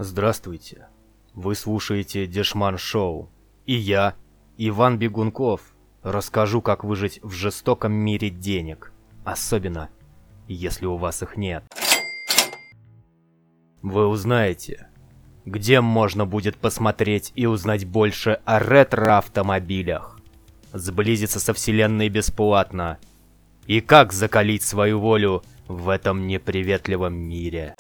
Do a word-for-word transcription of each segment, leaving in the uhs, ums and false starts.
Здравствуйте. Вы слушаете Дешман Шоу. И я, Иван Бегунков, расскажу, как выжить в жестоком мире денег. Особенно, если у вас их нет. Вы узнаете, где можно будет посмотреть и узнать больше о ретро-автомобилях, сблизиться со вселенной бесплатно, и как закалить свою волю в этом неприветливом мире.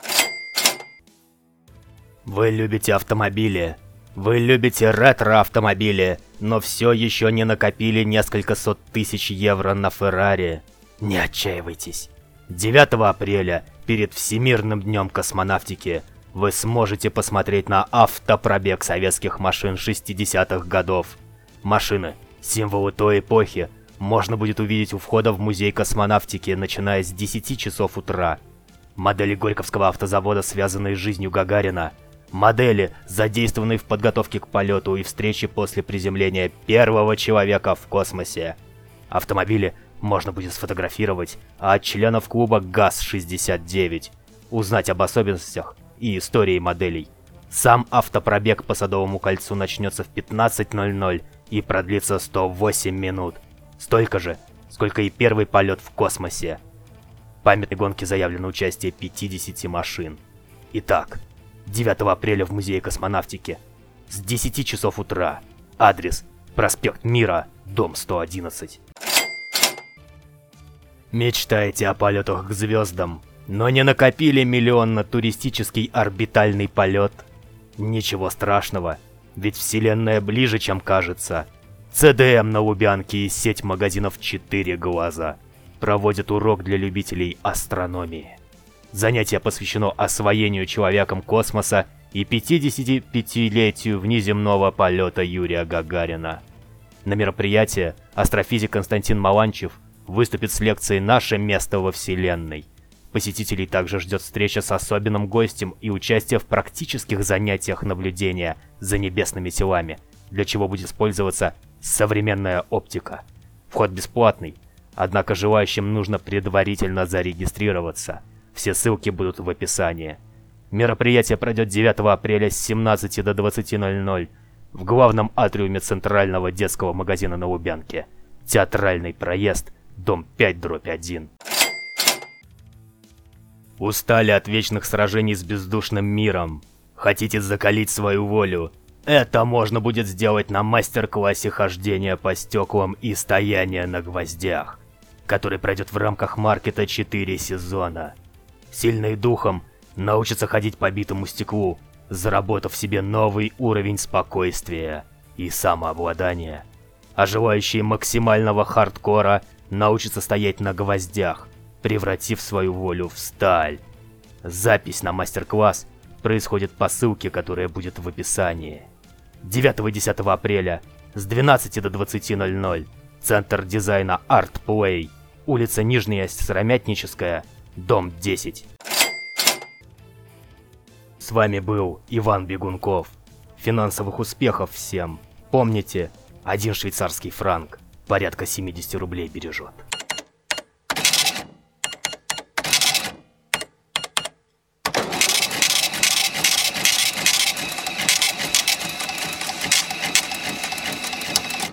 Вы любите автомобили, вы любите ретро-автомобили, но все еще не накопили несколько сот тысяч евро на Феррари. Не отчаивайтесь. девятого апреля, перед Всемирным днем космонавтики, вы сможете посмотреть на автопробег советских машин шестидесятых годов. Машины, символы той эпохи, можно будет увидеть у входа в музей космонавтики, начиная с десяти часов утра. Модели Горьковского автозавода, связанные с жизнью Гагарина. Модели, задействованные в подготовке к полету и встрече после приземления первого человека в космосе. Автомобили можно будет сфотографировать, а от членов клуба ГАЗ шестьдесят девять узнать об особенностях и истории моделей. Сам автопробег по Садовому кольцу начнется в пятнадцать ноль ноль и продлится сто восемь минут. Столько же, сколько и первый полет в космосе. В памятной гонке заявлено участие пятидесяти машин. Итак, девятого апреля в Музее космонавтики с десяти часов утра. Адрес: проспект Мира, дом сто одиннадцать. Мечтаете о полетах к звездам, но не накопили миллион на туристический орбитальный полет? Ничего страшного, ведь Вселенная ближе, чем кажется. цэ дэ эм на Лубянке и сеть магазинов «Четыре глаза» проводят урок для любителей астрономии. Занятие посвящено освоению человеком космоса и пятидесятипятилетию внеземного полета Юрия Гагарина. На мероприятии астрофизик Константин Маланчев выступит с лекцией «Наше место во Вселенной». Посетителей также ждет встреча с особенным гостем и участие в практических занятиях наблюдения за небесными телами, для чего будет использоваться современная оптика. Вход бесплатный, однако желающим нужно предварительно зарегистрироваться. Все ссылки будут в описании. Мероприятие пройдет девятого апреля с семнадцати до двадцати ноль ноль в главном атриуме Центрального детского магазина на Лубянке. Театральный проезд, дом пять дробь один. Устали от вечных сражений с бездушным миром? Хотите закалить свою волю? Это можно будет сделать на мастер-классе хождения по стеклам и стояния на гвоздях, который пройдет в рамках маркета четыре сезона. Сильные духом научатся ходить по битому стеклу, заработав себе новый уровень спокойствия и самообладания. А желающие максимального хардкора научатся стоять на гвоздях, превратив свою волю в сталь. Запись на мастер-класс происходит по ссылке, которая будет в описании. девятого и десятого апреля с двенадцати до двадцати ноль ноль. Центр дизайна Art Play, улица Нижняя Сыромятническая, дом десять. С вами был Иван Бегунков. Финансовых успехов всем. Помните, один швейцарский франк порядка семидесяти рублей бережет.